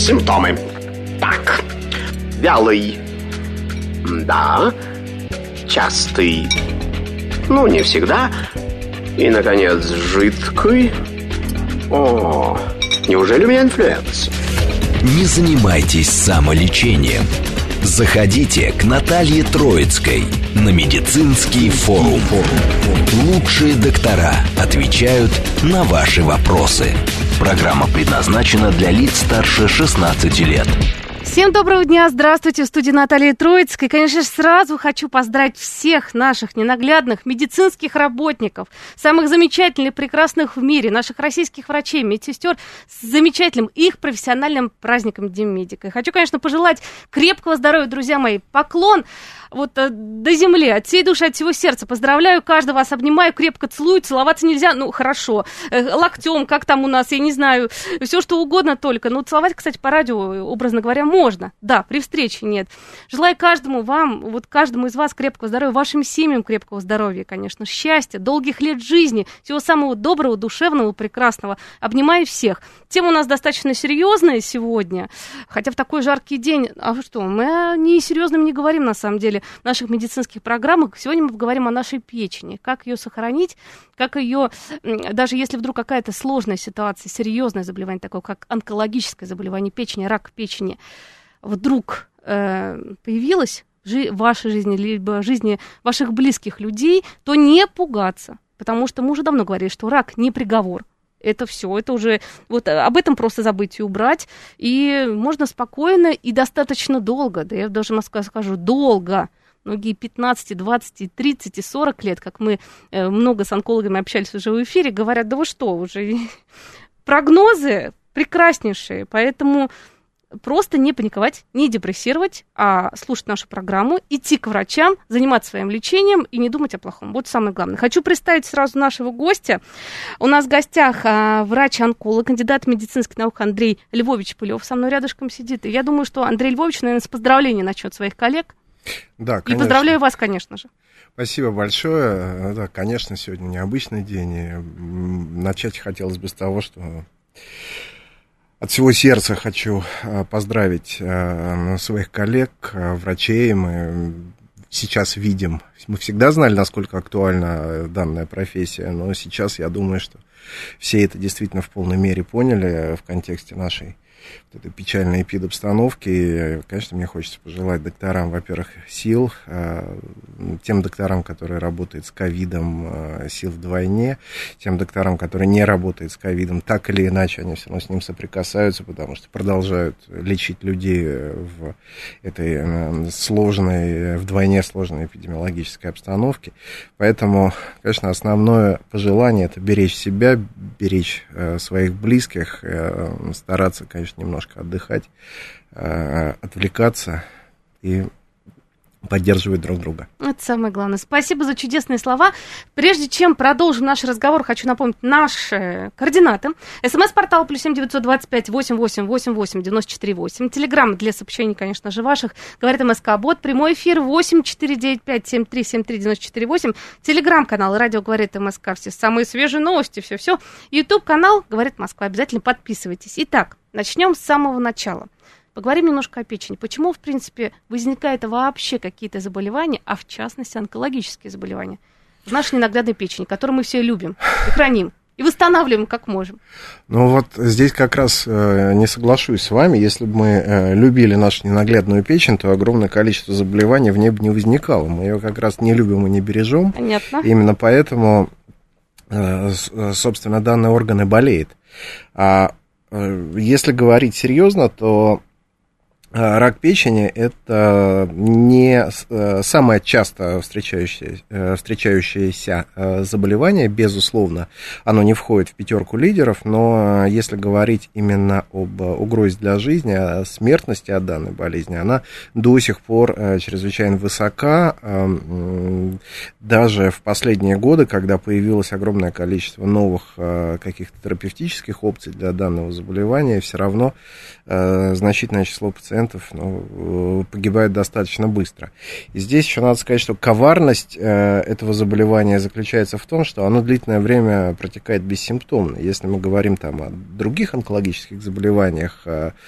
Симптомы. Так, вялый. Да. Частый. Ну, не всегда. И, наконец, жидкий. О, неужели у меня инфлюенс? Не занимайтесь самолечением. Заходите к Наталье Троицкой на медицинский форум. Лучшие доктора отвечают на ваши вопросы. Программа предназначена для лиц старше 16 лет. Всем доброго дня, здравствуйте, в студии Наталья Троицкая. Конечно, сразу хочу поздравить всех наших ненаглядных медицинских работников, самых замечательных, прекрасных в мире, наших российских врачей, медсестер с замечательным их профессиональным праздником День медика. И хочу, конечно, пожелать крепкого здоровья, друзья мои, поклон вот до земли, от всей души, от всего сердца. Поздравляю каждого, вас обнимаю, крепко целую, целоваться нельзя, ну, хорошо, локтем, как там у нас, я не знаю, все что угодно только. Ну, целовать, кстати, по радио, образно говоря, можно, да, при встрече нет. Желаю каждому вам, вот каждому из вас крепкого здоровья, вашим семьям крепкого здоровья, конечно, счастья, долгих лет жизни, всего самого доброго, душевного, прекрасного. Обнимаю всех. Тема у нас достаточно серьезная сегодня, хотя в такой жаркий день, а что, мы не серьезным не говорим, на самом деле, в наших медицинских программах. Сегодня мы поговорим о нашей печени, как ее сохранить, как ее, даже если вдруг какая-то сложная ситуация, серьезное заболевание, такое как онкологическое заболевание печени, рак печени, вдруг появилось в вашей жизни, либо в жизни ваших близких людей, то не пугаться, потому что мы уже давно говорили, что рак не приговор. Это все, это уже, вот об этом просто забыть и убрать, и можно спокойно и достаточно долго, да я даже скажу, долго, многие 15, 20, 30 и 40 лет, как мы много с онкологами общались уже в эфире, говорят, да вы что, уже прогнозы прекраснейшие, поэтому просто не паниковать, не депрессировать, а слушать нашу программу, идти к врачам, заниматься своим лечением и не думать о плохом. Вот самое главное. Хочу представить сразу нашего гостя. У нас в гостях врач-онколог, кандидат медицинских наук Андрей Львович Пылев. Со мной рядышком сидит. И я думаю, что Андрей Львович, наверное, с поздравления начнет своих коллег. Да, конечно. И поздравляю вас, конечно же. Спасибо большое. Да, конечно, сегодня необычный день. И начать хотелось бы с того, что от всего сердца хочу поздравить своих коллег, врачей. Мы сейчас видим, мы всегда знали, насколько актуальна данная профессия, но сейчас я думаю, что все это действительно в полной мере поняли в контексте нашей вот этой печальной эпидобстановки. И, конечно, мне хочется пожелать докторам, во-первых, сил, тем докторам, которые работают с ковидом, сил вдвойне, тем докторам, которые не работают с ковидом, так или иначе они все равно с ним соприкасаются, потому что продолжают лечить людей в этой сложной, вдвойне сложной эпидемиологической обстановке. Поэтому, конечно, основное пожелание — это беречь себя, беречь своих близких, стараться, конечно, немножко отдыхать, отвлекаться и поддерживать друг друга. Это самое главное. Спасибо за чудесные слова. Прежде чем продолжим наш разговор, хочу напомнить наши координаты. СМС-портал +7 925 88 88 94 8. Телеграмм для сообщений, конечно же, ваших. Говорит МСК-бот. Прямой эфир 8 495 73 73 94 8. Телеграм-канал «Радио говорит МСК». Все самые свежие новости, все-все. Ютуб-канал «Говорит Москва». Обязательно подписывайтесь. Итак, начнем с самого начала. Поговорим немножко о печени. Почему, в принципе, возникают вообще какие-то заболевания, а в частности онкологические заболевания в нашей ненаглядной печени, которую мы все любим и храним, и восстанавливаем как можем? Ну вот здесь как раз не соглашусь с вами. Если бы мы любили нашу ненаглядную печень, то огромное количество заболеваний в ней бы не возникало. Мы ее как раз не любим и не бережем. Понятно. Именно поэтому, собственно, данный орган и болеет. А если говорить серьезно, то рак печени – это не самое часто встречающееся заболевание, безусловно. Оно не входит в пятерку лидеров, но если говорить именно об угрозе для жизни, о смертности от данной болезни, она до сих пор чрезвычайно высока. Даже в последние годы, когда появилось огромное количество новых каких-то терапевтических опций для данного заболевания, все равно значительное число пациентов пациентов погибают достаточно быстро. И здесь еще надо сказать, что коварность этого заболевания заключается в том, что оно длительное время протекает бессимптомно. Если мы говорим там о других онкологических заболеваниях,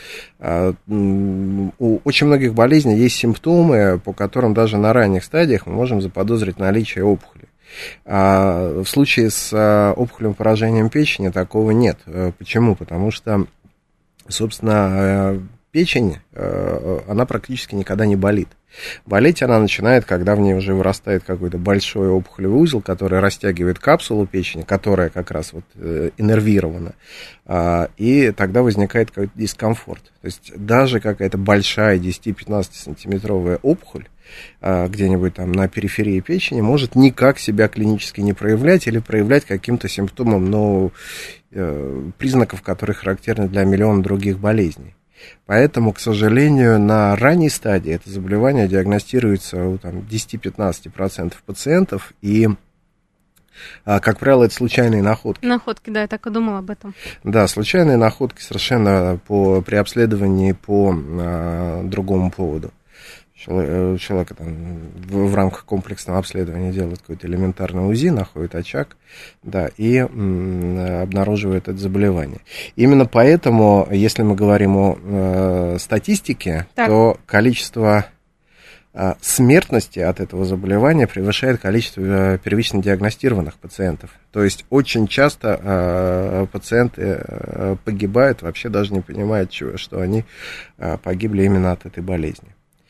у очень многих болезней есть симптомы, по которым даже на ранних стадиях мы можем заподозрить наличие опухоли. А в случае с опухолевым поражением печени такого нет. Почему? Потому что, собственно, печень, она практически никогда не болит. Болеть она начинает, когда в ней уже вырастает какой-то большой опухолевый узел, который растягивает капсулу печени, которая как раз вот иннервирована, и тогда возникает какой-то дискомфорт. То есть даже какая-то большая 10-15 сантиметровая опухоль где-нибудь там на периферии печени может никак себя клинически не проявлять или проявлять каким-то симптомом, но признаков, которые характерны для миллиона других болезней. Поэтому, к сожалению, на ранней стадии это заболевание диагностируется у 10-15% пациентов, и, как правило, это случайные находки. Находки, да, я так и думала об этом. Да, случайные находки совершенно при обследовании по другому поводу. Человека там в рамках комплексного обследования делают какое-то элементарное УЗИ, находит очаг, да, и обнаруживает это заболевание. Именно поэтому, если мы говорим о статистике, то количество смертности от этого заболевания превышает количество первично диагностированных пациентов. То есть очень часто пациенты погибают, вообще даже не понимая, что они погибли именно от этой болезни.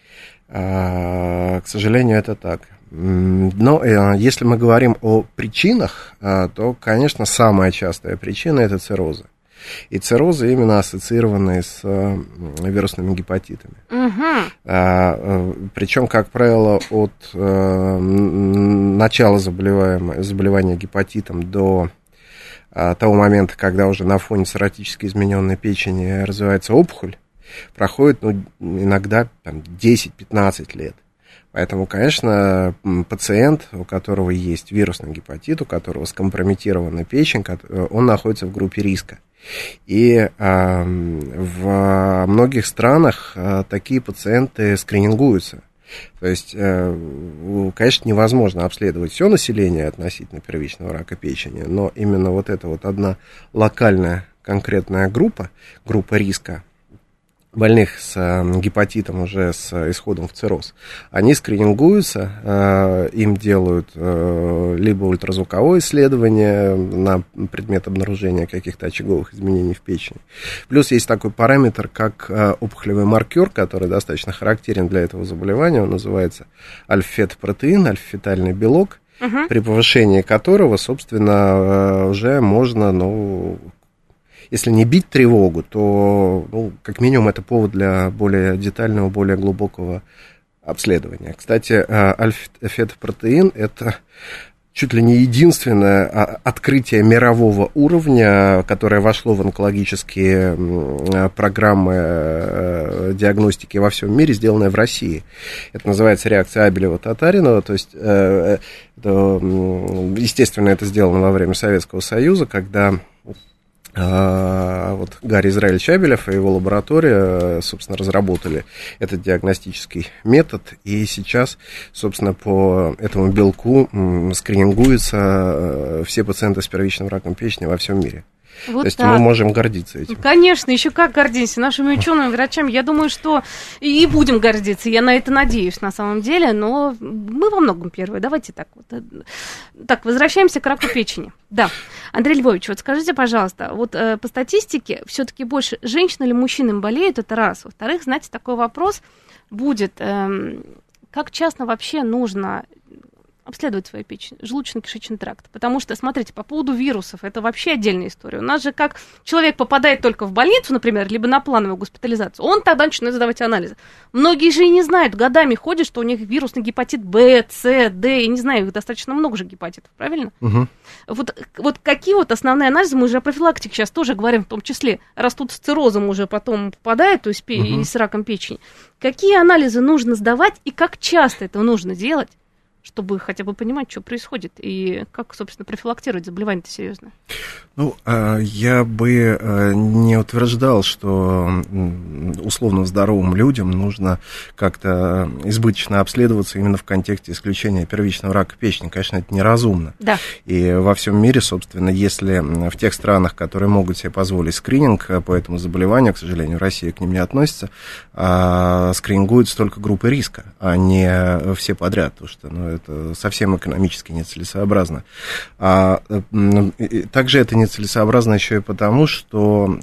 К сожалению, это так. Но если мы говорим о причинах, то, конечно, самая частая причина – это циррозы. И циррозы именно ассоциированы с вирусными гепатитами. Причем, как правило, от начала заболевания гепатитом до того момента, когда уже на фоне цирротически измененной печени развивается опухоль, проходит иногда 10-15 лет. Поэтому, конечно, пациент, у которого есть вирусный гепатит, у которого скомпрометирована печень, он находится в группе риска. И в многих странах такие пациенты скринингуются. То есть, конечно, невозможно обследовать все население относительно первичного рака печени, но именно вот эта вот одна локальная конкретная группа риска, больных с гепатитом уже с исходом в цирроз, они скринингуются, им делают либо ультразвуковое исследование на предмет обнаружения каких-то очаговых изменений в печени. Плюс есть такой параметр, как опухолевый маркер, который достаточно характерен для этого заболевания, он называется альфа-фетопротеин, альфа-фетальный белок, при повышении которого, собственно, уже можно, если не бить тревогу, то, как минимум, это повод для более детального, более глубокого обследования. Кстати, альфа-фетопротеин – это чуть ли не единственное открытие мирового уровня, которое вошло в онкологические программы диагностики во всем мире, сделанное в России. Это называется реакция Абелева-Татаринова, то есть, естественно, это сделано во время Советского Союза, когда вот Гарри Израилевич Абелев и его лаборатория, собственно, разработали этот диагностический метод, и сейчас, собственно, по этому белку скринингуются все пациенты с первичным раком печени во всем мире. Вот то есть так. Мы можем гордиться этим. Конечно, еще как гордимся нашими учеными, врачами. Я думаю, что и будем гордиться. Я на это надеюсь, на самом деле. Но мы во многом первые. Давайте так вот. Так, возвращаемся к раку печени. Да. Андрей Львович, вот скажите, пожалуйста, вот по статистике все-таки больше женщин или мужчин им болеют, это раз. Во-вторых, знаете, такой вопрос будет, как часто вообще нужно обследовать свою печень, желудочно-кишечный тракт. Потому что, смотрите, по поводу вирусов, это вообще отдельная история. У нас же как человек попадает только в больницу, например, либо на плановую госпитализацию, он тогда начинает сдавать анализы. Многие же и не знают, годами ходят, что у них вирусный гепатит Б, С, Д, я не знаю, их достаточно много же гепатитов, правильно? Угу. Вот какие вот основные анализы, мы уже о профилактике сейчас тоже говорим, в том числе, раз тут с циррозом уже потом попадает, то есть и с раком печени. Какие анализы нужно сдавать и как часто это нужно делать? чтобы хотя бы понимать, что происходит, и как, собственно, профилактировать заболевание-то серьезно? Ну, я бы не утверждал, что условно здоровым людям нужно как-то избыточно обследоваться именно в контексте исключения первичного рака печени. Конечно, это неразумно. Да. И во всем мире, собственно, если в тех странах, которые могут себе позволить скрининг по этому заболеванию, к сожалению, Россия к ним не относится, скринингуются только группы риска, а не все подряд, потому что это совсем экономически нецелесообразно. Также это нецелесообразно еще и потому, что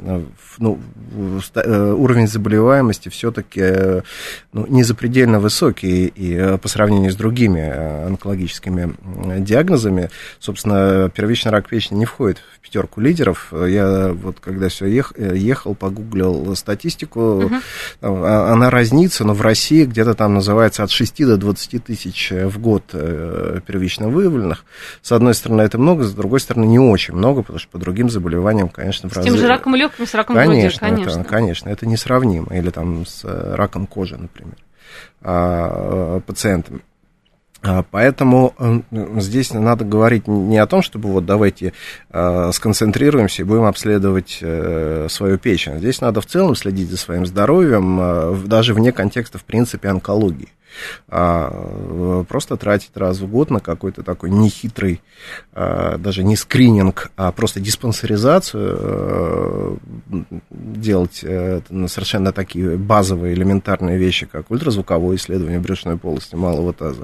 уровень заболеваемости все-таки не запредельно высокий, и по сравнению с другими онкологическими диагнозами, собственно, первичный рак печени не входит в пятерку лидеров. Я вот когда все ехал, погуглил статистику, она разнится, но в России где-то там называется от 6 до 20 тысяч в год первично выявленных. С одной стороны, это много, с другой стороны, не очень много, потому что по другим заболеваниям, конечно, в разы... С тем же раком легким, с раком груди, конечно. Конечно, это несравнимо. Или там с раком кожи, например, пациентам. Поэтому здесь надо говорить не о том, чтобы вот давайте сконцентрируемся и будем обследовать свою печень. Здесь надо в целом следить за своим здоровьем, даже вне контекста, в принципе, онкологии. Просто тратить раз в год на какой-то такой нехитрый, даже не скрининг, а просто диспансеризацию, делать совершенно такие базовые элементарные вещи, как ультразвуковое исследование брюшной полости, малого таза.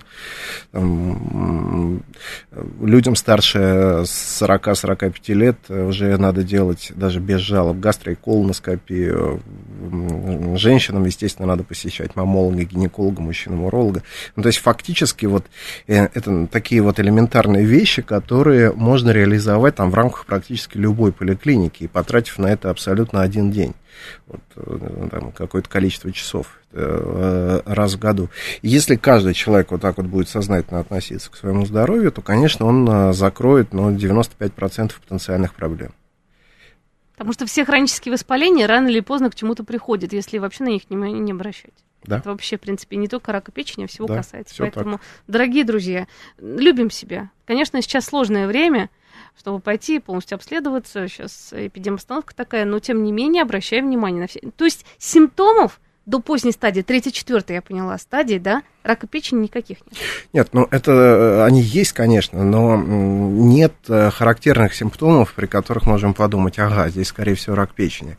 Там, людям старше 40-45 лет уже надо делать даже без жалоб гастро- и колоноскопию. Женщинам, естественно, надо посещать маммолога, гинеколога, мужчинам уролога. Ну, то есть фактически вот это такие вот элементарные вещи, которые можно реализовать там в рамках практически любой поликлиники, и потратив на это абсолютно один день. Вот, там, какое-то количество часов раз в году. И если каждый человек вот так вот будет сознательно относиться к своему здоровью, то, конечно, он закроет 95% потенциальных проблем. Потому что все хронические воспаления рано или поздно к чему-то приходят, если вообще на них не обращать. Да. Это вообще, в принципе, не только рака печени, а всего касается. Поэтому, так. Дорогие друзья, любим себя. Конечно, сейчас сложное время, чтобы пойти и полностью обследоваться. Сейчас эпидемообстановка такая, но, тем не менее, обращаем внимание на все. То есть симптомов до поздней стадии, 3-4, я поняла, стадии, да, рака печени никаких нет. Нет, это они есть, конечно, но нет характерных симптомов, при которых можем подумать, ага, здесь, скорее всего, рак печени.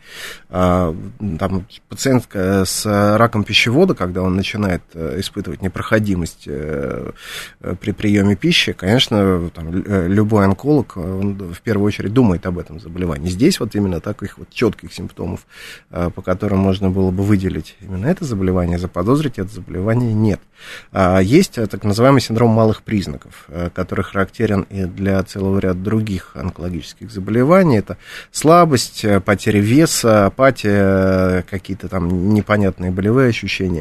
Там пациент с раком пищевода, когда он начинает испытывать непроходимость при приеме пищи, конечно, там, любой онколог, он в первую очередь думает об этом заболевании. Здесь вот именно таких вот четких симптомов, по которым можно было бы выделить именно это заболевание, заподозрить это заболевание, нет. Есть так называемый синдром малых признаков, который характерен и для целого ряда других онкологических заболеваний. Это слабость, потеря веса, апатия, какие-то там непонятные болевые ощущения.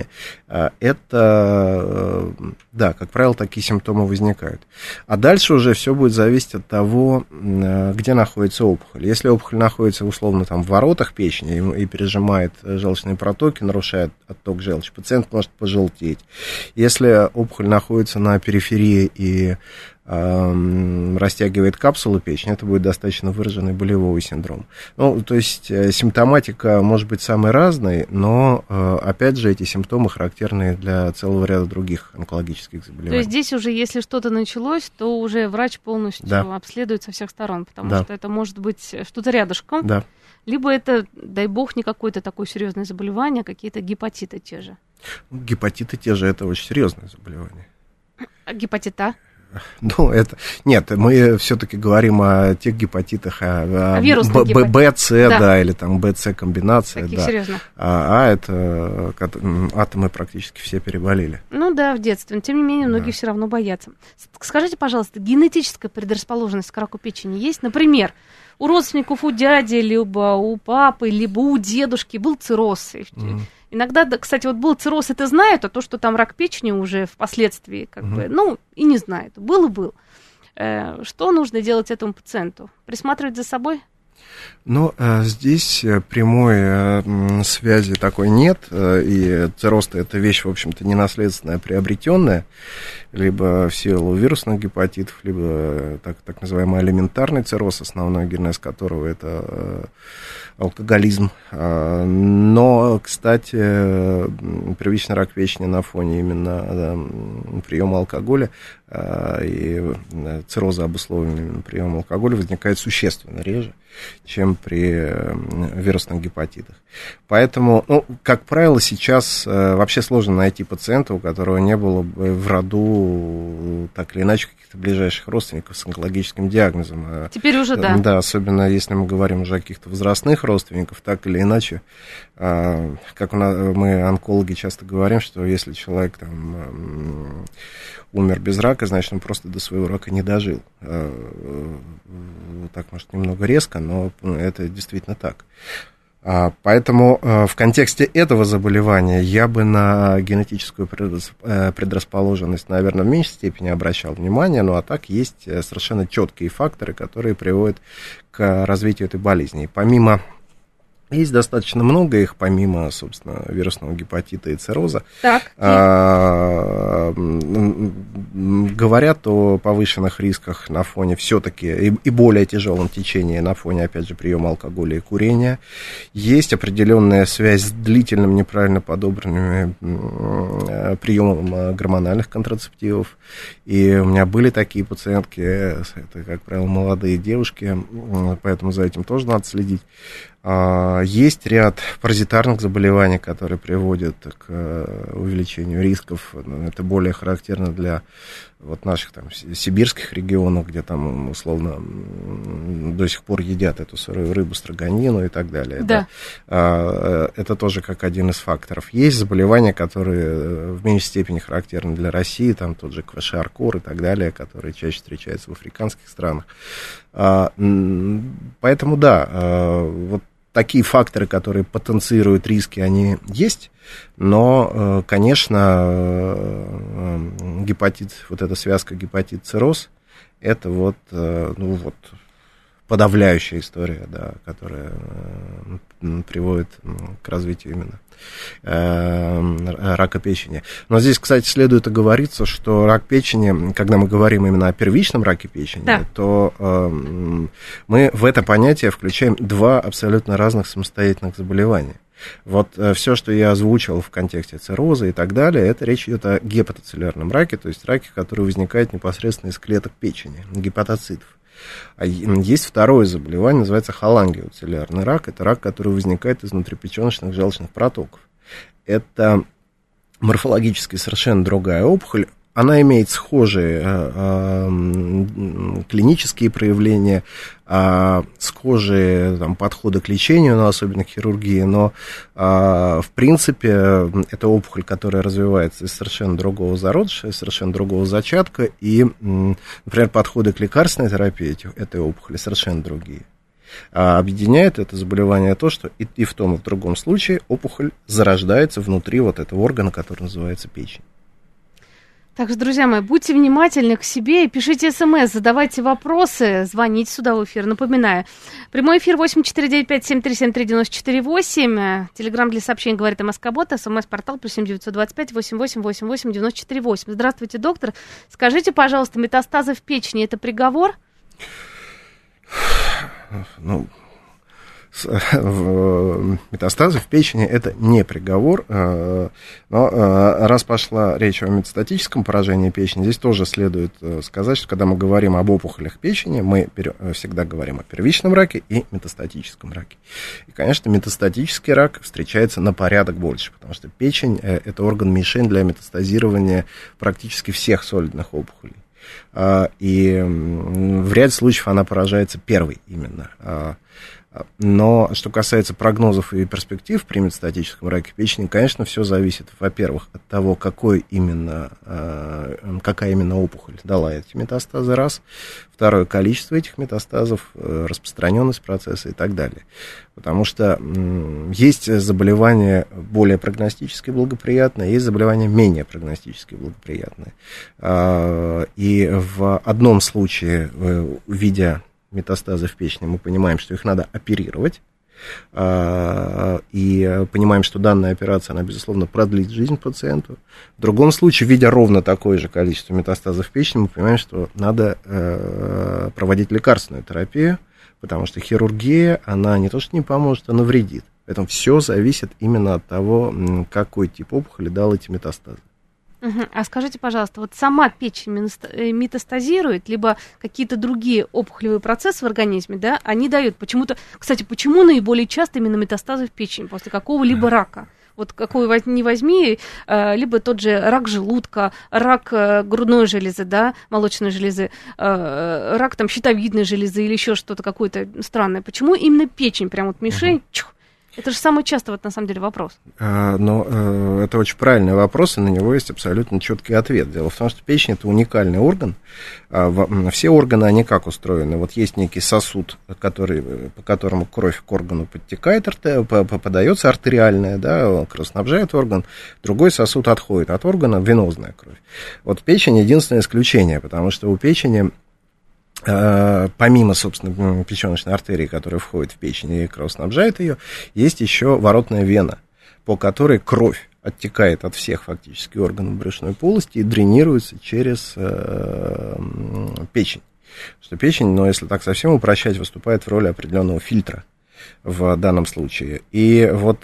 Это, да, как правило, такие симптомы возникают. А дальше уже все будет зависеть от того, где находится опухоль. Если опухоль находится условно там в воротах печени и пережимает желчные протоки, нарушает отток желчи, пациент может пожелтеть. Если опухоль находится на периферии и растягивает капсулу печени, это будет достаточно выраженный болевой синдром. Ну, то есть симптоматика может быть самой разной, но, опять же, эти симптомы характерны для целого ряда других онкологических заболеваний. То есть здесь уже, если что-то началось, то уже врач полностью обследует со всех сторон, потому что это может быть что-то рядышком, либо это, дай бог, не какое-то такое серьезное заболевание, а какие-то гепатиты те же. Гепатиты те же, это очень серьезное заболевание. А гепатит А? Ну, это... Нет, мы все-таки говорим о тех гепатитах, Б, С, да, или там БЦ комбинация. Таких серьезных. А это атомы практически все переболели. Ну да, в детстве, но тем не менее многие все равно боятся. Скажите, пожалуйста, генетическая предрасположенность к раку печени есть? Например, у родственников, у дяди, либо у папы, либо у дедушки был цирроз. Иногда, кстати, вот был цирроз, это знают, а то, что там рак печени уже впоследствии, как бы, ну, и не знают. Был и был. Что нужно делать этому пациенту? Присматривать за собой? Но здесь прямой связи такой нет, и цирроз это вещь, в общем-то, не наследственная, а приобретенная, либо в силу вирусных гепатитов, либо так называемый элементарный цирроз, основной генез которого это алкоголизм. Но, кстати, первичный рак печени на фоне именно приема алкоголя и цирроза, обусловленного приемом алкоголя, возникает существенно реже, чем при вирусных гепатитах. Поэтому, как правило, сейчас вообще сложно найти пациента, у которого не было бы в роду так или иначе каких-то ближайших родственников с онкологическим диагнозом. Теперь уже да. Да, особенно если мы говорим уже о каких-то возрастных родственников, так или иначе, как мы, онкологи, часто говорим, что если человек там умер без рака, значит, он просто до своего рака не дожил. Так, может, немного резко, но это действительно так. Поэтому в контексте этого заболевания я бы на генетическую предрасположенность, наверное, в меньшей степени обращал внимание, ну а так есть совершенно четкие факторы, которые приводят к развитию этой болезни. Помимо... Есть достаточно много их, помимо, собственно, вирусного гепатита и цирроза. Говорят о повышенных рисках на фоне все-таки и более тяжелом течении на фоне, опять же, приема алкоголя и курения. Есть определенная связь с длительным неправильно подобранным приемом гормональных контрацептивов. И у меня были такие пациентки, это, как правило, молодые девушки, поэтому за этим тоже надо следить. Есть ряд паразитарных заболеваний, которые приводят к увеличению рисков. Это более характерно для вот наших там сибирских регионов, где там условно до сих пор едят эту сырую рыбу, строганину и так далее. Да. Это тоже как один из факторов. Есть заболевания, которые в меньшей степени характерны для России, там тот же квашиоркор и так далее, которые чаще встречаются в африканских странах. Поэтому да, вот такие факторы, которые потенцируют риски, они есть, но, конечно, гепатит, вот эта связка гепатит-цирроз, это вот, подавляющая история, да, которая приводит к развитию именно рака печени. Но здесь, кстати, следует оговориться, что рак печени, когда мы говорим именно о первичном раке печени, да, то мы в это понятие включаем два абсолютно разных самостоятельных заболевания. Вот все, что я озвучил в контексте цирроза и так далее, это речь идет о гепатоцеллярном раке, то есть раке, который возникает непосредственно из клеток печени, гепатоцитов. А есть второе заболевание, называется холангиоцеллярный рак. Это рак, который возникает из внутрипеченочных желчных протоков. Это морфологически совершенно другая опухоль. Она имеет схожие клинические проявления, схожие там, подходы к лечению, но особенно к хирургии, но в принципе это опухоль, которая развивается из совершенно другого зародыша, из совершенно другого зачатка, и, например, подходы к лекарственной терапии этой опухоли совершенно другие. Объединяет это заболевание то, что и в том, и в другом случае опухоль зарождается внутри вот этого органа, который называется печень. Так что, друзья мои, будьте внимательны к себе и пишите смс, задавайте вопросы, звоните сюда в эфир. Напоминаю, прямой эфир 8495-7373-94-8, телеграмм для сообщений «Говорит МСК-бот», смс-портал +7 925 88 88 94 8. Здравствуйте, доктор. Скажите, пожалуйста, метастазы в печени – это приговор? Метастазы в печени – это не приговор, но раз пошла речь о метастатическом поражении печени, здесь тоже следует сказать, что когда мы говорим об опухолях печени, мы всегда говорим о первичном раке и метастатическом раке. И, конечно, метастатический рак встречается на порядок больше, потому что печень – это орган-мишень для метастазирования практически всех солидных опухолей. И в ряде случаев она поражается первой именно. Но что касается прогнозов и перспектив при метастатическом раке печени, конечно, все зависит, во-первых, от того, какая именно опухоль дала эти метастазы, раз. Второе, количество этих метастазов, распространенность процесса и так далее. Потому что есть заболевания более прогностически благоприятные, есть заболевания менее прогностически благоприятные. И в одном случае, видя метастазы в печени, мы понимаем, что их надо оперировать. И понимаем, что данная операция, она, безусловно, продлит жизнь пациенту. В другом случае, видя ровно такое же количество метастазов в печени, мы понимаем, что надо проводить лекарственную терапию, потому что хирургия, она не то что не поможет, она навредит. Поэтому все зависит именно от того, какой тип опухоли дал эти метастазы. А скажите, пожалуйста, вот сама печень метастазирует, либо какие-то другие опухолевые процессы в организме, да, они дают почему-то... Кстати, почему наиболее часто именно метастазы в печени после какого-либо рака? Вот какой ни возьми, либо тот же рак желудка, рак грудной железы, да, молочной железы, рак там щитовидной железы или еще что-то какое-то странное. Почему именно печень, прям вот мишень, это же самый частый, вот, на самом деле, вопрос. Но это очень правильный вопрос, и на него есть абсолютно четкий ответ. Дело в том, что печень – это уникальный орган. Все органы, они как устроены? Вот есть некий сосуд, по которому кровь к органу подтекает, попадается артериальная, да, кровоснабжает орган, другой сосуд отходит от органа, венозная кровь. Вот печень – единственное исключение, потому что у печени... Помимо, собственно, печеночной артерии, которая входит в печень и кровоснабжает ее, есть еще воротная вена, по которой кровь оттекает от всех фактически органов брюшной полости и дренируется через печень. Потому что печень, ну, если так совсем упрощать, выступает в роли определенного фильтра в данном случае. И вот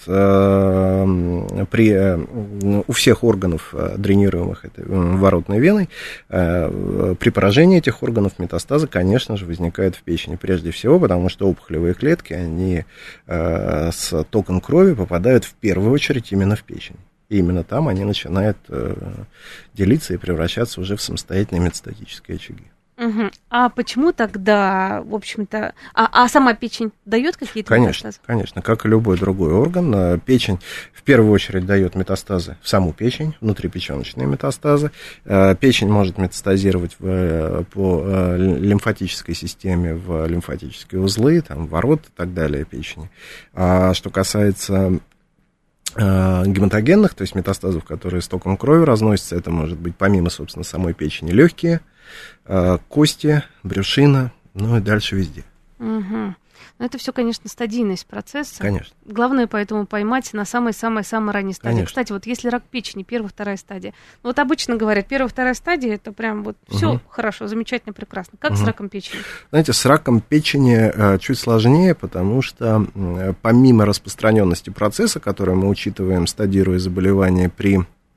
у всех органов, дренируемых этой воротной веной, при поражении этих органов метастазы, конечно же, возникают в печени. Прежде всего, потому что опухолевые клетки, они с током крови попадают в первую очередь именно в печень. И именно там они начинают делиться и превращаться уже в самостоятельные метастатические очаги. Угу. А почему тогда, в общем-то... А сама печень дает какие-то метастазы? Конечно, как и любой другой орган. Печень в первую очередь дает метастазы в саму печень, внутрипеченочные метастазы. Печень может метастазировать по лимфатической системе в лимфатические узлы, там, ворот и так далее печени. А что касается гематогенных, то есть метастазов, которые с током крови разносятся, это может быть помимо, собственно, самой печени легкие, кости, брюшина, ну и дальше везде. Угу. Но это все, конечно, стадийность процесса. Конечно. Главное поэтому поймать на самой-самой-самой ранней стадии. Конечно. Кстати, вот если рак печени, первая, вторая стадия. Вот обычно говорят, первая, вторая стадия, это прям вот все хорошо, замечательно, прекрасно. Как с раком печени? Знаете, с раком печени чуть сложнее, потому что помимо распространенности процесса, который мы учитываем, стадируя заболевание при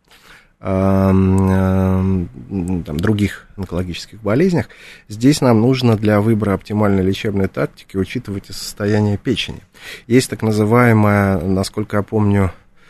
других онкологических болезнях, здесь нам нужно для выбора оптимальной лечебной тактики учитывать и состояние печени. Есть так называемая, насколько я помню,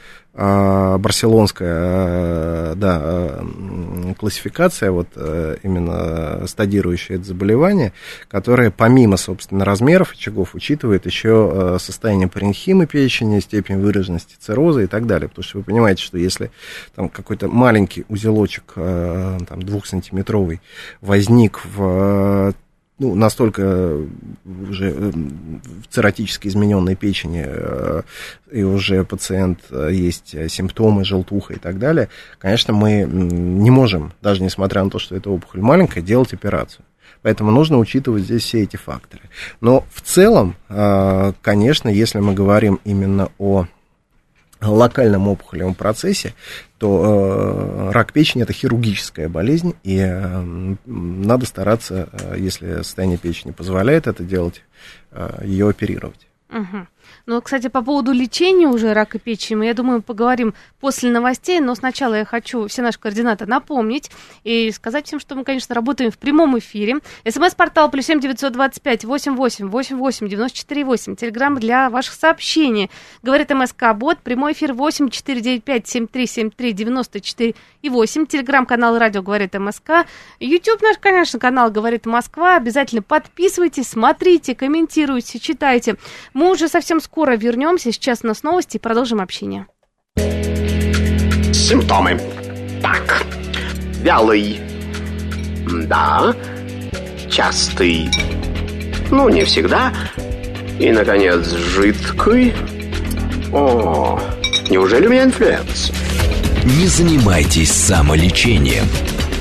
барселонская классификация, вот именно стадирующая это заболевание, которая помимо, собственно, размеров очагов учитывает еще состояние паренхимы печени, степень выраженности цирроза и так далее. Потому что вы понимаете, что если там какой-то маленький узелочек, там, 2-сантиметровый, возник в настолько уже цирротически измененной печени, и уже пациент есть симптомы, желтуха и так далее, конечно, мы не можем, даже несмотря на то, что эта опухоль маленькая, делать операцию. Поэтому нужно учитывать здесь все эти факторы. Но в целом, конечно, если мы говорим именно о локальном опухолевом процессе, то рак печени – это хирургическая болезнь, и надо стараться, если состояние печени позволяет это делать, ее оперировать. Угу. Ну, кстати, по поводу лечения уже рака печени, я думаю, поговорим после новостей, но сначала я хочу все наши координаты напомнить и сказать всем, что мы, конечно, работаем в прямом эфире. СМС-портал +7 925 88 88 94 8. Телеграмм для ваших сообщений. Говорит МСК-бот. Прямой эфир 8 495 73 73 94 и 8. Телеграм-канал радио «Говорит МСК». YouTube наш, конечно, канал «Говорит Москва». Обязательно подписывайтесь, смотрите, комментируйте, читайте. Мы уже совсем скоро вернемся. Сейчас у нас новости и продолжим общение. Симптомы. Так. Вялый. Да. Частый. Ну, не всегда. И, наконец, жидкий. О, неужели у меня инфлюенс? Не занимайтесь самолечением.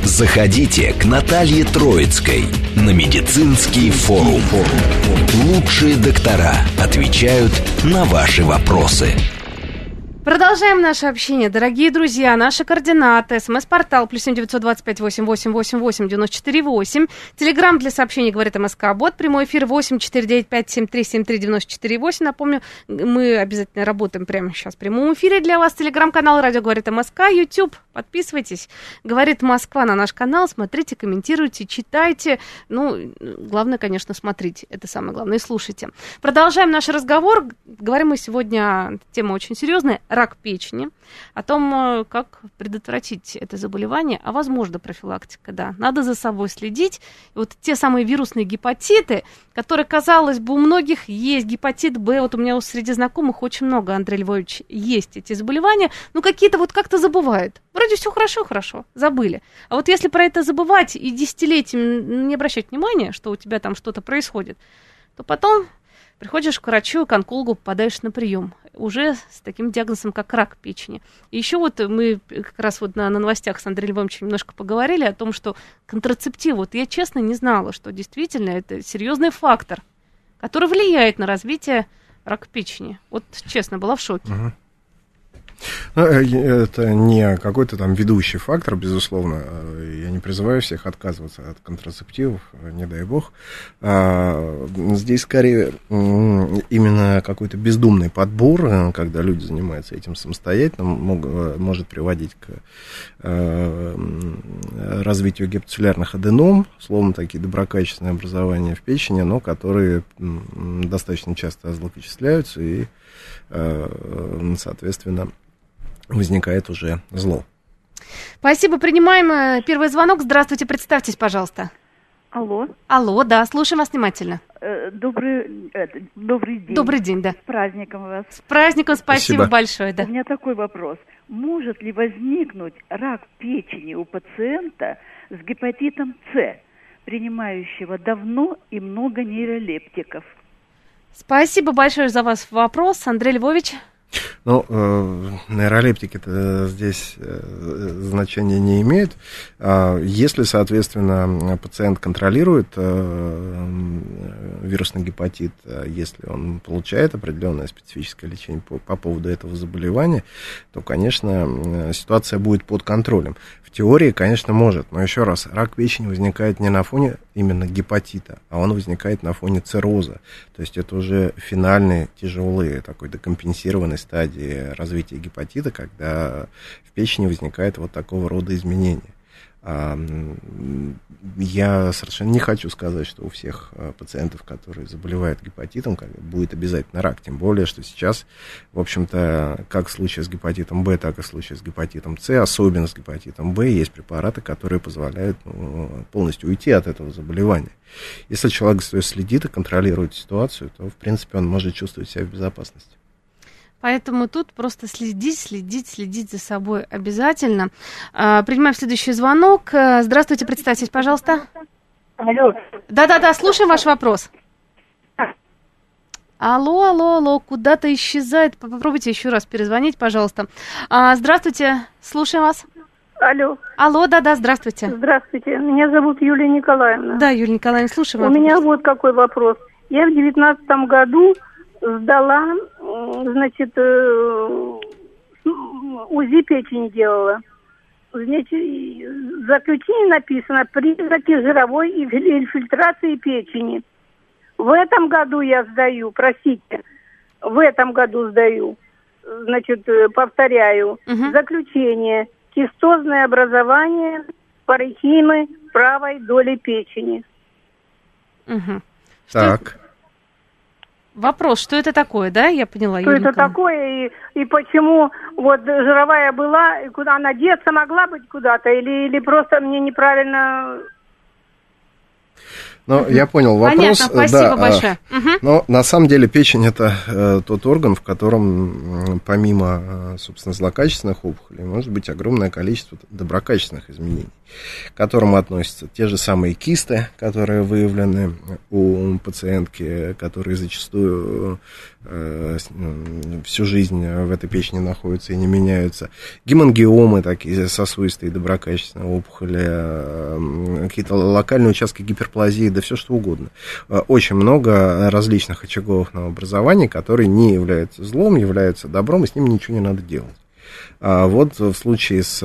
Заходите к Наталье Троицкой на медицинский форум. Лучшие доктора отвечают на ваши вопросы. Продолжаем наше общение, дорогие друзья. Наши координаты. СМС-портал +7 925 8888 94 8. Телеграм для сообщений говорит МСК-бот. Прямой эфир 8 495 7373 94 8. Напомню, мы обязательно работаем прямо сейчас в прямом эфире для вас. Телеграм-канал «Радио говорит МСК». YouTube. Подписывайтесь. Говорит Москва на наш канал. Смотрите, комментируйте, читайте. Ну, главное, конечно, смотрите. Это самое главное. И слушайте. Продолжаем наш разговор. Говорим мы сегодня, тема очень серьезная. Рак печени, о том, как предотвратить это заболевание, а возможно профилактика, да. Надо за собой следить. И вот те самые вирусные гепатиты, которые, казалось бы, у многих есть гепатит Б, вот у меня среди знакомых очень много, Андрей Львович, есть эти заболевания, но какие-то вот как-то забывают. Вроде все хорошо, забыли. А вот если про это забывать и десятилетиями не обращать внимания, что у тебя там что-то происходит, то потом приходишь к врачу, к онкологу, попадаешь на прием уже с таким диагнозом, как рак печени. И еще вот мы как раз вот на новостях с Андреем Львовичем немножко поговорили о том, что контрацептив, вот я честно не знала, что действительно это серьезный фактор, который влияет на развитие рака печени. Вот честно, была в шоке. Ну, это не какой-то там ведущий фактор, безусловно. Я не призываю всех отказываться от контрацептивов, не дай бог. Здесь скорее именно какой-то бездумный подбор, когда люди занимаются этим самостоятельно, может приводить к развитию гепатоцеллярных аденом, словом, такие доброкачественные образования в печени, но которые достаточно часто злокочисляются и, соответственно, возникает уже зло. Спасибо. Принимаем первый звонок. Здравствуйте, представьтесь, пожалуйста. Алло. Алло, да, слушаем вас внимательно. Добрый день. Добрый день, да. С праздником вас. С праздником, спасибо большое, да. У меня такой вопрос. Может ли возникнуть рак печени у пациента с гепатитом С, принимающего давно и много нейролептиков? Спасибо большое за ваш вопрос, Андрей Львович. Ну, нейролептики-то здесь значения не имеют. Если, соответственно, пациент контролирует вирусный гепатит, если он получает определенное специфическое лечение по поводу этого заболевания, то, конечно, ситуация будет под контролем. В теории, конечно, может, но еще раз, рак печени возникает не на фоне именно гепатита, а он возникает на фоне цирроза. То есть это уже финальные, тяжелые, такой декомпенсированной стадии развития гепатита, когда в печени возникает вот такого рода изменения. Я совершенно не хочу сказать, что у всех пациентов, которые заболевают гепатитом, будет обязательно рак. Тем более, что сейчас, в общем-то, как в случае с гепатитом Б, так и в случае с гепатитом С, особенно с гепатитом Б, есть препараты, которые позволяют полностью уйти от этого заболевания. Если человек следит и контролирует ситуацию, то, в принципе, он может чувствовать себя в безопасности. Поэтому тут просто следить за собой обязательно. Принимаем следующий звонок. Здравствуйте, представьтесь, пожалуйста. Алло. Да, слушаем ваш вопрос. Алло, куда-то исчезает. Попробуйте еще раз перезвонить, пожалуйста. Здравствуйте, слушаем вас. Алло, да, здравствуйте. Здравствуйте, меня зовут Юлия Николаевна. Да, Юлия Николаевна, слушаем вас. У меня вот какой вопрос. Я в 2019 году сдала, значит, УЗИ печени делала. Значит, в заключении написано признаки жировой инфильтрации печени. В этом году я сдаю, значит, повторяю, заключение, кистозное образование паренхимы правой доли печени. Так. Вопрос, что это такое, да? Я поняла. Что это такое и почему вот жировая была, и куда она деться могла быть куда-то, или просто мне неправильно... Ну, я понял вопрос. Понятно, спасибо большое. Но на самом деле печень – это тот орган, в котором помимо собственно, злокачественных опухолей, может быть огромное количество доброкачественных изменений, к которым относятся те же самые кисты, которые выявлены у пациентки, которые зачастую всю жизнь в этой печени находятся и не меняются, гемангиомы, такие сосудистые доброкачественные опухоли, какие-то локальные участки гиперплазии, да все что угодно. Очень много различных очаговых новообразований, которые не являются злом, являются добром, и с ними ничего не надо делать. А вот в случае с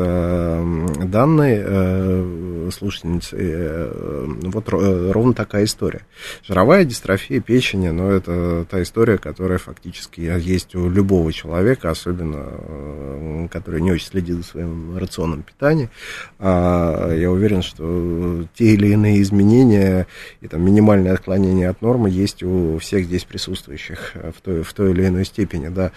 данной слушательницей вот ровно такая история. Жировая дистрофия печени, но это та история, которая фактически есть у любого человека, особенно который не очень следит за своим рационом питания. Я уверен, что те или иные изменения и там, минимальное отклонение от нормы есть у всех здесь присутствующих в той или иной степени, да.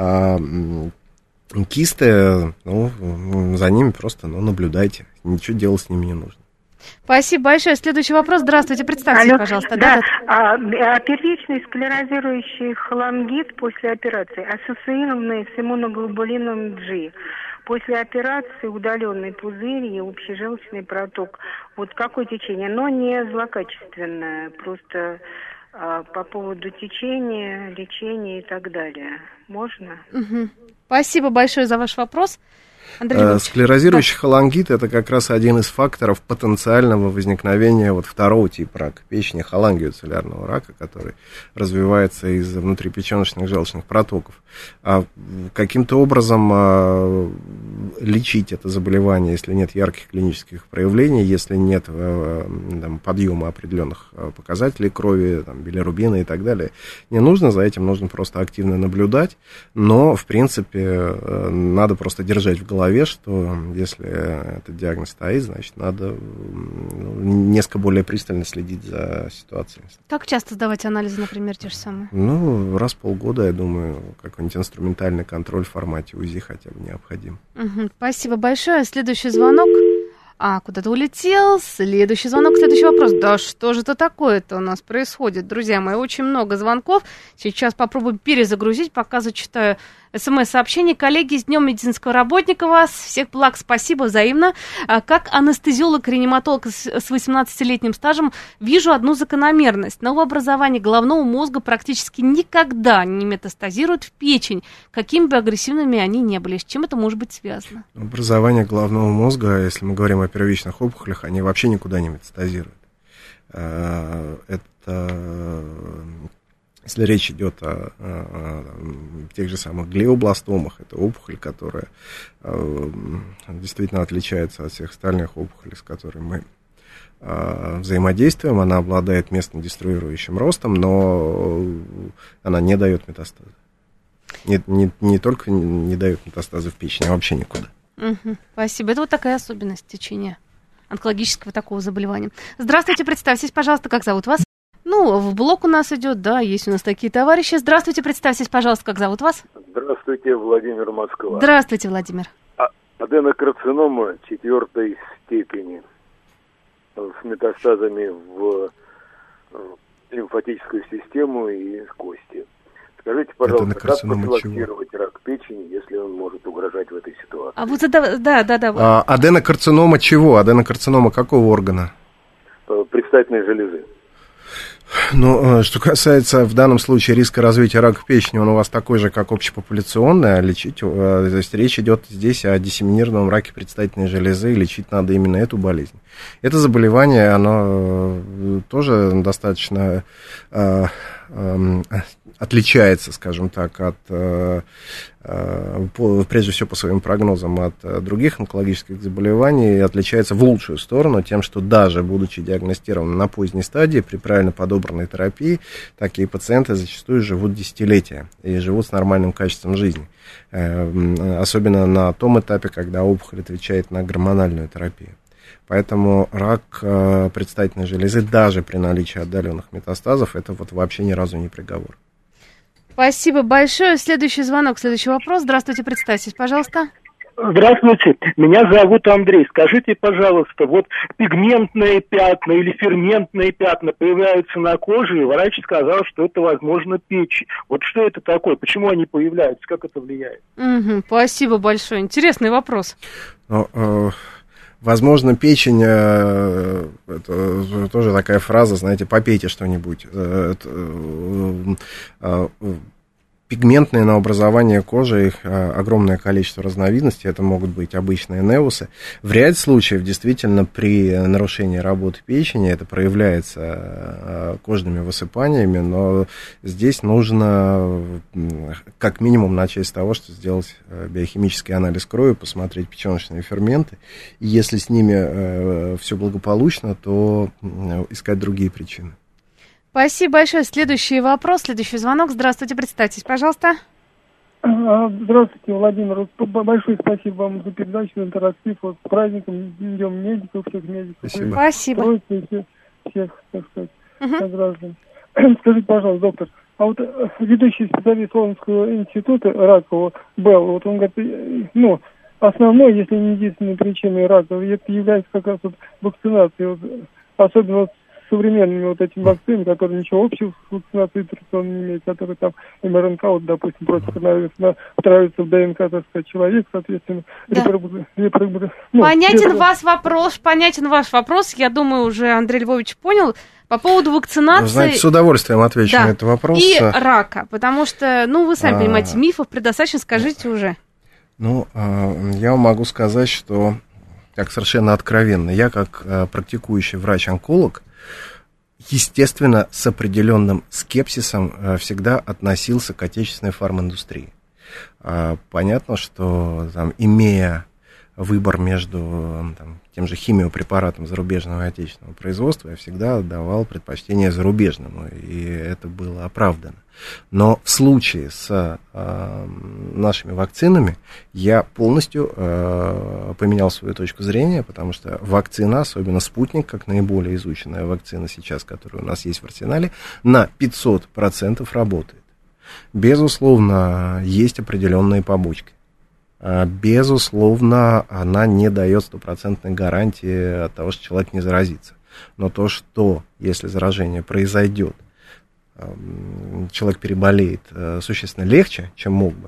Кисты, за ними просто, наблюдайте. Ничего делать с ними не нужно. Спасибо большое. Следующий вопрос. Здравствуйте, представьтесь, пожалуйста. Да. Первичный склерозирующий холангит после операции, ассоциированный с иммуноглобулином G. После операции удаленный пузырь и общежелчный проток. Вот какое течение? Но не злокачественное, просто по поводу течения, лечения и так далее. Можно? Угу. Спасибо большое за ваш вопрос. Склерозирующий холангит – это как раз один из факторов потенциального возникновения вот второго типа рака печени, холангиоцеллярного рака, который развивается из внутрипеченочных желчных протоков. Каким-то образом лечить это заболевание, если нет ярких клинических проявлений, если нет подъема определенных показателей крови, билирубина и так далее, не нужно. За этим нужно просто активно наблюдать, но, в принципе, надо просто держать в голове, что если этот диагноз стоит, значит, надо несколько более пристально следить за ситуацией. Как часто сдавать анализы, например, те же самые? Раз в полгода, я думаю, какой-нибудь инструментальный контроль в формате УЗИ хотя бы необходим. Спасибо большое. Следующий звонок. Куда-то улетел. Следующий звонок, следующий вопрос. Да что же это такое-то у нас происходит, друзья мои? Очень много звонков. Сейчас попробую перезагрузить, пока зачитаю СМС-сообщение. Коллеги, с Днем медицинского работника вас. Всех благ, спасибо, взаимно. Как анестезиолог-реаниматолог с 18-летним стажем вижу одну закономерность. Новообразование головного мозга практически никогда не метастазирует в печень, какими бы агрессивными они ни были. С чем это может быть связано? Образование головного мозга, если мы говорим о первичных опухолях, они вообще никуда не метастазируют. Если речь идет о тех же самых глиобластомах, это опухоль, которая действительно отличается от всех остальных опухолей, с которыми мы взаимодействуем. Она обладает местно-деструирующим ростом, но она не дает метастазы. Не только не дает метастазы в печени, а вообще никуда. Спасибо. Это вот такая особенность течения онкологического такого заболевания. Здравствуйте, представьтесь, пожалуйста, как зовут вас? В блок у нас идет, да, есть у нас такие товарищи. Здравствуйте, представьтесь, пожалуйста, как зовут вас? Здравствуйте, Владимир, Москва. Здравствуйте, Владимир. Аденокарцинома 4-й степени с метастазами в лимфатическую систему и кости. Скажите, пожалуйста, как профилактировать рак печени, если он может угрожать в этой ситуации? Да. Аденокарцинома чего? Аденокарцинома какого органа? Предстательной железы. Что касается в данном случае риска развития рака печени, он у вас такой же, как общепопуляционный, то есть речь идет здесь о диссеминированном раке предстательной железы, и лечить надо именно эту болезнь. Это заболевание, оно тоже достаточно отличается, скажем так, от, прежде всего по своим прогнозам, от других онкологических заболеваний, отличается в лучшую сторону тем, что даже будучи диагностированы на поздней стадии, при правильно подобранной терапии, такие пациенты зачастую живут десятилетия и живут с нормальным качеством жизни. Особенно на том этапе, когда опухоль отвечает на гормональную терапию. Поэтому рак предстательной железы даже при наличии отдаленных метастазов это вообще ни разу не приговор. Спасибо большое. Следующий звонок, следующий вопрос. Здравствуйте, представьтесь, пожалуйста. Здравствуйте, меня зовут Андрей. Скажите, пожалуйста, вот пигментные пятна или ферментные пятна появляются на коже, и врач сказал, что это, возможно, печень. Вот что это такое? Почему они появляются? Как это влияет? Спасибо большое. Интересный вопрос. Возможно, печень, это тоже такая фраза, знаете, попейте что-нибудь. Пигментные на образование кожи, их огромное количество разновидностей, это могут быть обычные невусы. В ряде случаев, действительно, при нарушении работы печени это проявляется кожными высыпаниями, но здесь нужно как минимум начать с того, что сделать биохимический анализ крови, посмотреть печеночные ферменты, и если с ними все благополучно, то искать другие причины. Спасибо большое. Следующий вопрос, следующий звонок. Здравствуйте, представьтесь, пожалуйста. Здравствуйте, Владимир. Большое спасибо вам за передачу, интерактив. Вот с праздником Днем медиков, всех медиков. Спасибо. Всех, так сказать, граждан. Скажите, пожалуйста, доктор, а вот ведущий специалист Лондонского института ракового Белл, вот он говорит, основной, если не единственной причиной рака, это является как раз вот вакцинация, вот, особенно вот современными вот этими вакцинами, которые ничего общего с вакцинацией традиционно не имеют, которые там МРНК, вот, допустим, против коронавируса, втравится в ДНК, так сказать, человек, соответственно, Понятен ваш вопрос, я думаю, уже Андрей Львович понял. По поводу вакцинации... Вы знаете, с удовольствием отвечу на этот вопрос. И рака, потому что, вы сами понимаете, мифов предостаточно, скажите уже. Я вам могу сказать, что, как совершенно откровенно, я как практикующий врач-онколог, естественно, с определенным скепсисом всегда относился к отечественной фарминдустрии. Понятно, что имея выбор между тем же химиопрепаратом зарубежного и отечественного производства, я всегда отдавал предпочтение зарубежному, и это было оправдано. Но в случае с нашими вакцинами я полностью поменял свою точку зрения, потому что вакцина, особенно «Спутник», как наиболее изученная вакцина сейчас, которая у нас есть в арсенале, на 500% работает. Безусловно, есть определенные побочки. Безусловно, она не дает стопроцентной гарантии от того, что человек не заразится. Но то, что если заражение произойдет, человек переболеет существенно легче, чем мог бы,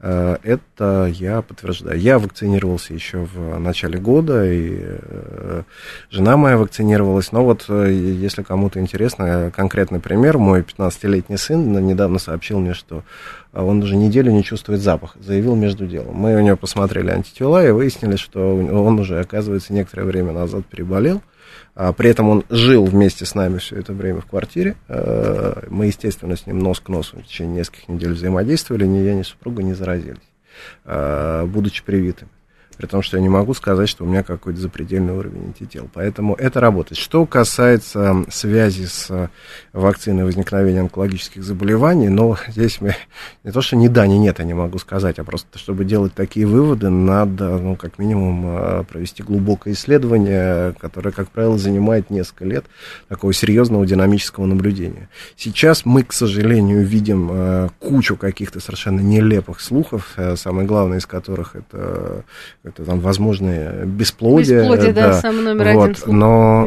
это я подтверждаю. Я вакцинировался еще в начале года, и жена моя вакцинировалась. Но вот, если кому-то интересно, конкретный пример. Мой 15-летний сын недавно сообщил мне, что он уже неделю не чувствует запах. Заявил между делом. Мы у него посмотрели антитела и выяснили, что он уже, оказывается, некоторое время назад переболел. При этом он жил вместе с нами все это время в квартире. Мы, естественно, с ним нос к носу в течение нескольких недель взаимодействовали. Ни я, ни супруга не заразились, будучи привитыми. При том, что я не могу сказать, что у меня какой-то запредельный уровень антител. Поэтому это работает. Что касается связи с вакциной возникновения онкологических заболеваний, здесь не то, что ни да, ни нет, я не могу сказать, а просто, чтобы делать такие выводы, надо, как минимум, провести глубокое исследование, которое, как правило, занимает несколько лет такого серьезного динамического наблюдения. Сейчас мы, к сожалению, видим кучу каких-то совершенно нелепых слухов, самое главное из которых это возможное бесплодие. Бесплодие, да, самый номер один слух. Но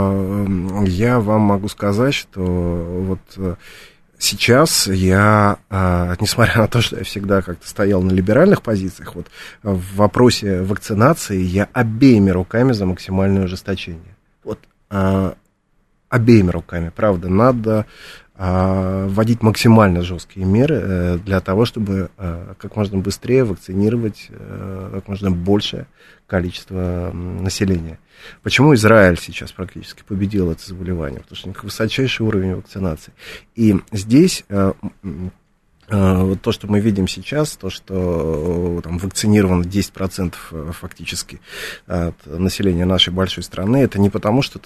я вам могу сказать, что сейчас я, несмотря на то, что я всегда как-то стоял на либеральных позициях, в вопросе вакцинации я обеими руками за максимальное ужесточение. Обеими руками, правда, надо вводить максимально жесткие меры для того, чтобы как можно быстрее вакцинировать как можно большее количество населения. Почему Израиль сейчас практически победил это заболевание? Потому что у них высочайший уровень вакцинации. И здесь то, что мы видим сейчас, то, что вакцинировано 10% фактически от населения нашей большой страны, это не потому, что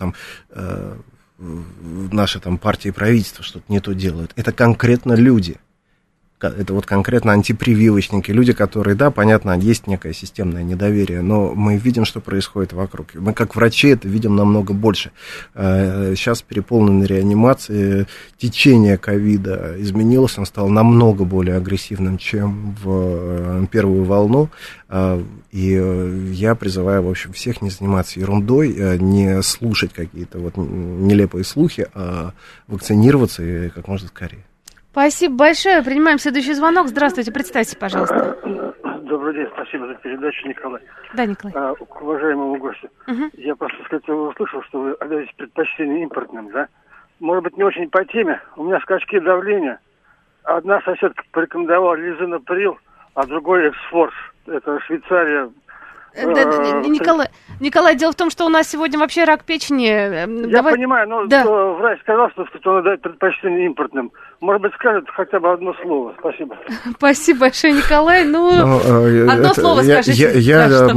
наши партии и правительства что-то не то делают. Это конкретно люди, Это вот конкретно антипрививочники, люди, которые, да, понятно, есть некое системное недоверие, но мы видим, что происходит вокруг. Мы, как врачи, это видим намного больше. Сейчас переполнены реанимации, течение ковида изменилось, он стал намного более агрессивным, чем в первую волну. И я призываю, в общем, всех не заниматься ерундой, не слушать какие-то вот нелепые слухи, а вакцинироваться и как можно скорее. Спасибо большое. Принимаем следующий звонок. Здравствуйте, представьте, пожалуйста. Добрый день, спасибо за передачу, Николай. Да, Николай. К уважаемому гостю. Я просто, услышал, что вы отдаете предпочтение импортным, да? Может быть, не очень по теме. У меня скачки давления. Одна соседка порекомендовала лизинаприл, а другой эксфорс. Это Швейцария. Николай, дело в том, что у нас сегодня вообще рак печени. Я понимаю, но врач сказал, что он дает предпочтение импортным. Может быть, скажет хотя бы одно слово. Спасибо. Спасибо большое, Николай. Одно слово скажите.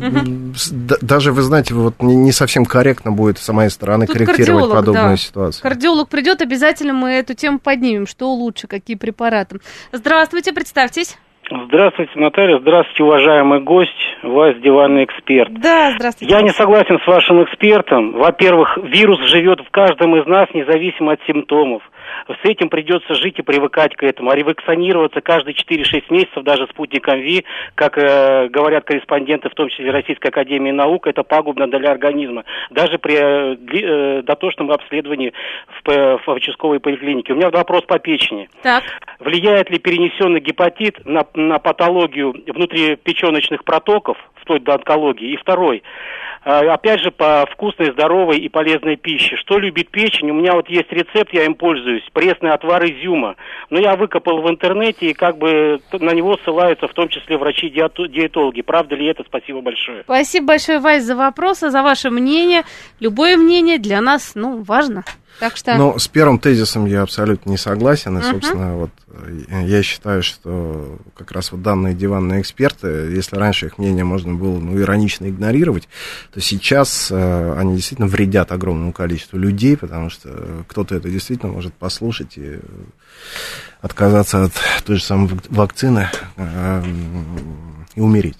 Даже, вы знаете, вот не совсем корректно будет с моей стороны тут корректировать подобную ситуацию. Кардиолог придет, обязательно мы эту тему поднимем. Что лучше, какие препараты. Здравствуйте, представьтесь. Здравствуйте, Наталья. Здравствуйте, уважаемый гость, ваш диванный эксперт. Да, здравствуйте. Я не согласен с вашим экспертом. Во-первых, вирус живет в каждом из нас, независимо от симптомов. С этим придется жить и привыкать к этому. А ревакцинироваться каждые 4-6 месяцев, даже спутником ВИ, как говорят корреспонденты, в том числе Российской академии наук, это пагубно для организма. Даже при дотошном обследовании в участковой поликлинике. У меня вопрос по печени. Так. Влияет ли перенесенный гепатит на патологию внутрипеченочных протоков, вплоть до онкологии? И второй. Опять же, по вкусной, здоровой и полезной пище. Что любит печень? У меня вот есть рецепт, я им пользуюсь. Пресный отвар изюма. Но я выкопал в интернете, и как бы на него ссылаются в том числе врачи-диетологи. Правда ли это? Спасибо большое. Спасибо большое, Вась, за вопросы, за ваше мнение. Любое мнение для нас, важно. Так что... Но с первым тезисом я абсолютно не согласен. И, собственно, вот я считаю, что как раз вот данные диванные эксперты, если раньше их мнение можно было иронично игнорировать, то сейчас они действительно вредят огромному количеству людей, потому что кто-то это действительно может послушать и отказаться от той же самой вакцины и умереть.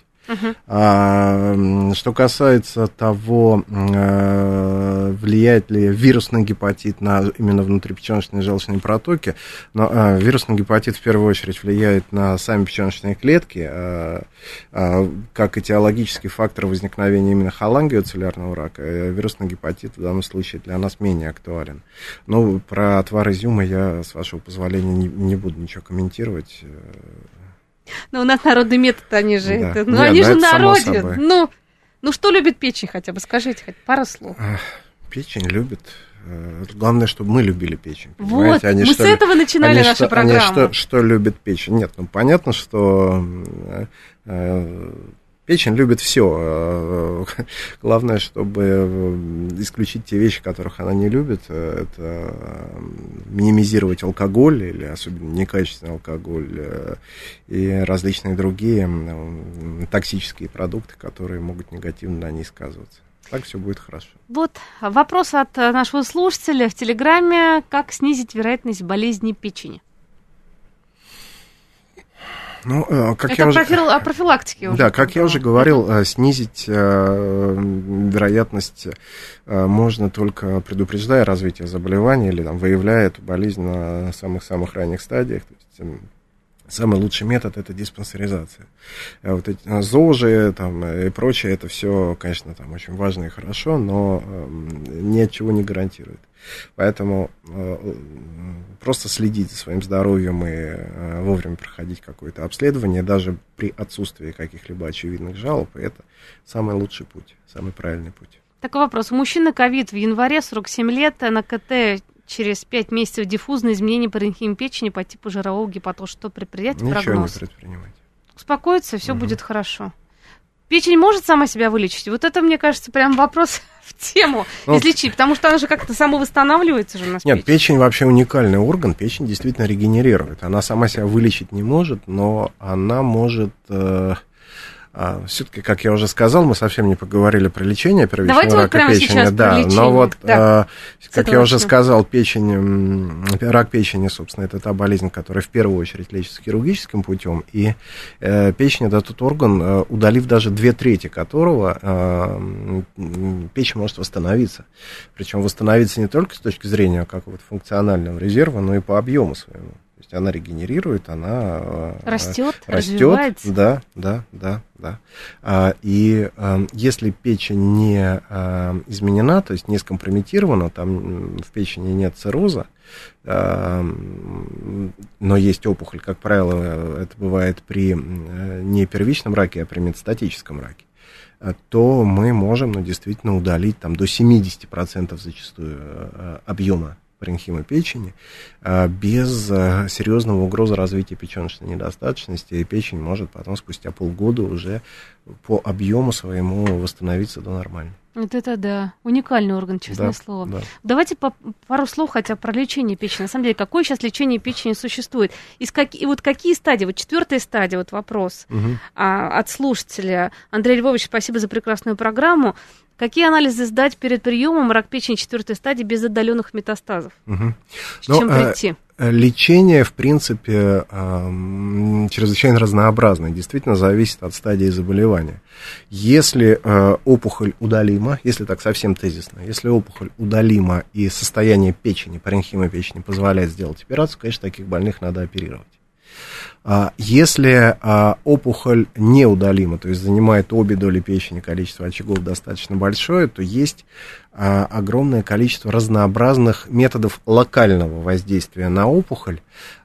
Что касается того, влияет ли вирусный гепатит на именно внутрипеченочные желчные протоки, но вирусный гепатит в первую очередь влияет на сами печеночные клетки, как этиологический фактор возникновения именно холангиоцеллярного рака. Вирусный гепатит в данном случае для нас менее актуален. Но про отвар изюма я, с вашего позволения, не буду ничего комментировать. Но у нас народный метод, они же, да. Они же народе. Что любит печень хотя бы, скажите хоть пару слов. Печень любит. Главное, чтобы мы любили печень. Вот, мы с этого начинали нашу программу. Что любит печень? Нет, понятно, что печень любит все. Главное, чтобы исключить те вещи, которых она не любит, это минимизировать алкоголь, или особенно некачественный алкоголь, и различные другие токсические продукты, которые могут негативно на ней сказываться. Так все будет хорошо. Вот вопрос от нашего слушателя в Телеграме. Как снизить вероятность болезни печени? О профилактике уже. Да, как я уже говорил, снизить вероятность можно только предупреждая развитие заболевания или выявляя эту болезнь на самых-самых ранних стадиях. То есть, самый лучший метод – это диспансеризация. Вот эти ЗОЖи и прочее, это все, конечно, очень важно и хорошо, но ни от чего не гарантирует. Поэтому просто следить за своим здоровьем и вовремя проходить какое-то обследование, даже при отсутствии каких-либо очевидных жалоб, это самый лучший путь, самый правильный путь. Такой вопрос. У мужчины ковид в январе, 47 лет, на КТ через 5 месяцев диффузные изменения паренхимы печени по типу жирового гепатоза. Что предпринять? Ничего прогноз? Не предпринимать. Успокоиться, все будет хорошо. Печень может сама себя вылечить? Вот это, мне кажется, прям вопрос в тему излечить, потому что она же как-то самовосстанавливается же у нас. Нет, печень вообще уникальный орган, печень действительно регенерирует. Она сама себя вылечить не может, но она может Все-таки, как я уже сказал, мы совсем не поговорили про лечение первичного рака вот прямо печени. Сейчас да, про но вот, да. Как я уже сказал, рак печени, собственно, это та болезнь, которая в первую очередь лечится хирургическим путем, и печень — это тот орган, удалив даже 2/3 которого, печень может восстановиться. Причем восстановиться не только с точки зрения какого-то функционального резерва, но и по объему своему. То есть она регенерирует, она растет, развивается. Да. И если печень не изменена, то есть не скомпрометирована, там в печени нет цирроза, но есть опухоль, как правило, это бывает при не первичном раке, а при метастатическом раке, то мы можем действительно удалить там, до 70% зачастую объема паренхимы печени без серьезного угрозы развития печеночной недостаточности, и печень может потом спустя полгода уже по объему своему восстановиться до нормального. Вот это да, уникальный орган, честное слово. Да. Давайте пару слов хотя про лечение печени. На самом деле, какое сейчас лечение печени существует? И вот какие стадии? Вот 4-я стадия, вот вопрос от слушателя. Андрей Львович, спасибо за прекрасную программу. Какие анализы сдать перед приемом рак печени 4-й стадии без отдаленных метастазов? С чем прийти? Лечение, в принципе, чрезвычайно разнообразное, действительно зависит от стадии заболевания. Если опухоль удалима, если так совсем тезисно, если опухоль удалима и состояние печени, паренхимы печени позволяет сделать операцию, конечно, таких больных надо оперировать. Если опухоль неудалима, то есть занимает обе доли печени, количество очагов достаточно большое, то есть огромное количество разнообразных методов локального воздействия на опухоль.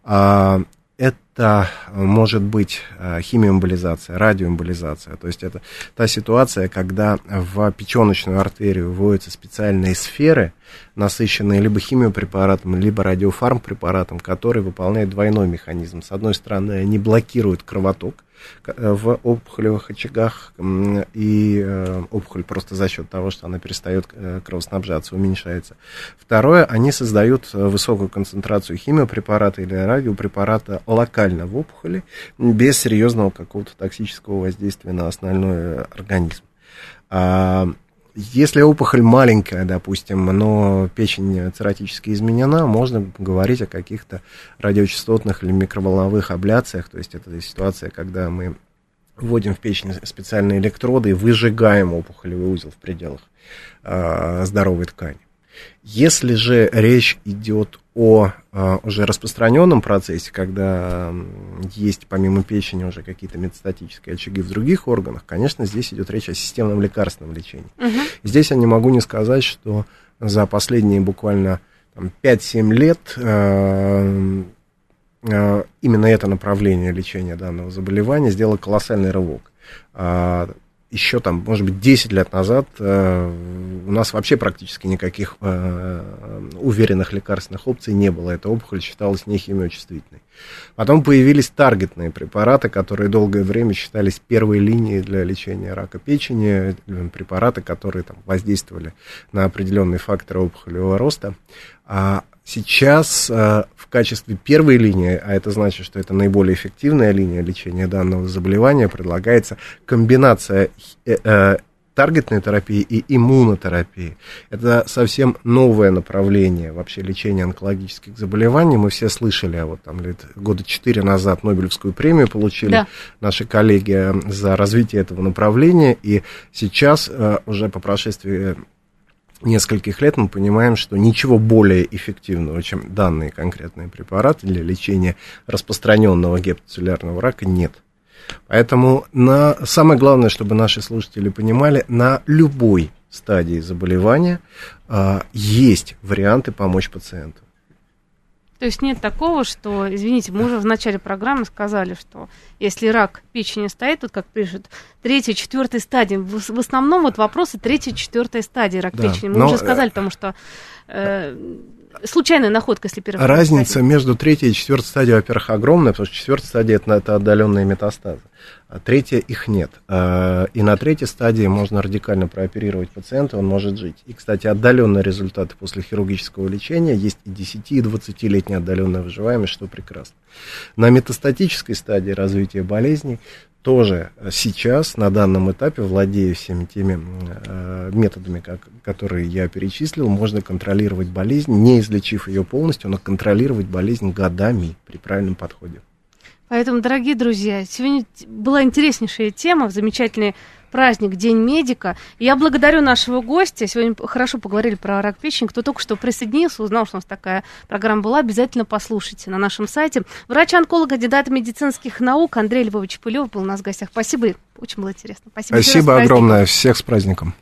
Это может быть химиоэмболизация, радиоэмболизация. То есть это та ситуация, когда в печеночную артерию вводятся специальные сферы, насыщенные либо химиопрепаратом, либо радиофармпрепаратом, который выполняет двойной механизм. С одной стороны, они блокируют кровоток в опухолевых очагах, и опухоль просто за счет того, что она перестает кровоснабжаться, уменьшается. Второе, они создают высокую концентрацию химиопрепарата или радиопрепарата локально в опухоли, без серьезного какого-то токсического воздействия на остальной организм. Если опухоль маленькая, допустим, но печень цирротически изменена, можно говорить о каких-то радиочастотных или микроволновых абляциях. То есть это ситуация, когда мы вводим в печень специальные электроды и выжигаем опухолевый узел в пределах здоровой ткани. Если же речь идет о уже распространенном процессе, когда есть помимо печени уже какие-то метастатические очаги в других органах, конечно, здесь идет речь о системном лекарственном лечении. Здесь я не могу не сказать, что за последние буквально 5-7 лет именно это направление лечения данного заболевания сделало колоссальный рывок. Еще там, может быть, 10 лет назад у нас вообще практически никаких уверенных лекарственных опций не было. Эта опухоль считалась нехимиочувствительной. Потом появились таргетные препараты, которые долгое время считались первой линией для лечения рака печени. Препараты, которые там воздействовали на определенные факторы опухолевого роста. А сейчас в качестве первой линии, а это значит, что это наиболее эффективная линия лечения данного заболевания, предлагается комбинация таргетной терапии и иммунотерапии. Это совсем новое направление вообще лечения онкологических заболеваний. Мы все слышали, вот там года 4 назад Нобелевскую премию получили наши коллеги за развитие этого направления, и сейчас уже по прошествии нескольких лет мы понимаем, что ничего более эффективного, чем данные конкретные препараты для лечения распространенного гепатоцеллярного рака, нет. Поэтому самое главное, чтобы наши слушатели понимали, на любой стадии заболевания есть варианты помочь пациенту. То есть нет такого, что, извините, мы уже в начале программы сказали, что если рак печени стоит, вот как пишут, 3-й, 4-й стадии, в основном вот вопросы 3-й, 4-й стадии рак печени. Мы уже сказали, потому что случайная находка, если первая. Разница между 3-й и 4-й стадией, во-первых, огромная, потому что 4-я стадия это отдаленные метастазы. Третья, их нет. И на третьей стадии можно радикально прооперировать пациента, он может жить. И, кстати, отдаленные результаты после хирургического лечения есть и 10, и 20-летняя отдаленная выживаемость, что прекрасно. На метастатической стадии развития болезней тоже сейчас, на данном этапе, владея всеми теми методами, которые я перечислил, можно контролировать болезнь, не излечив ее полностью, но контролировать болезнь годами при правильном подходе. Поэтому, дорогие друзья, сегодня была интереснейшая тема, замечательный праздник, День медика. Я благодарю нашего гостя. Сегодня хорошо поговорили про рак печени. Кто только что присоединился, узнал, что у нас такая программа была, обязательно послушайте на нашем сайте. Врач-онколог, кандидат медицинских наук Андрей Львович Пылев был у нас в гостях. Спасибо, очень было интересно. Спасибо огромное, всех с праздником.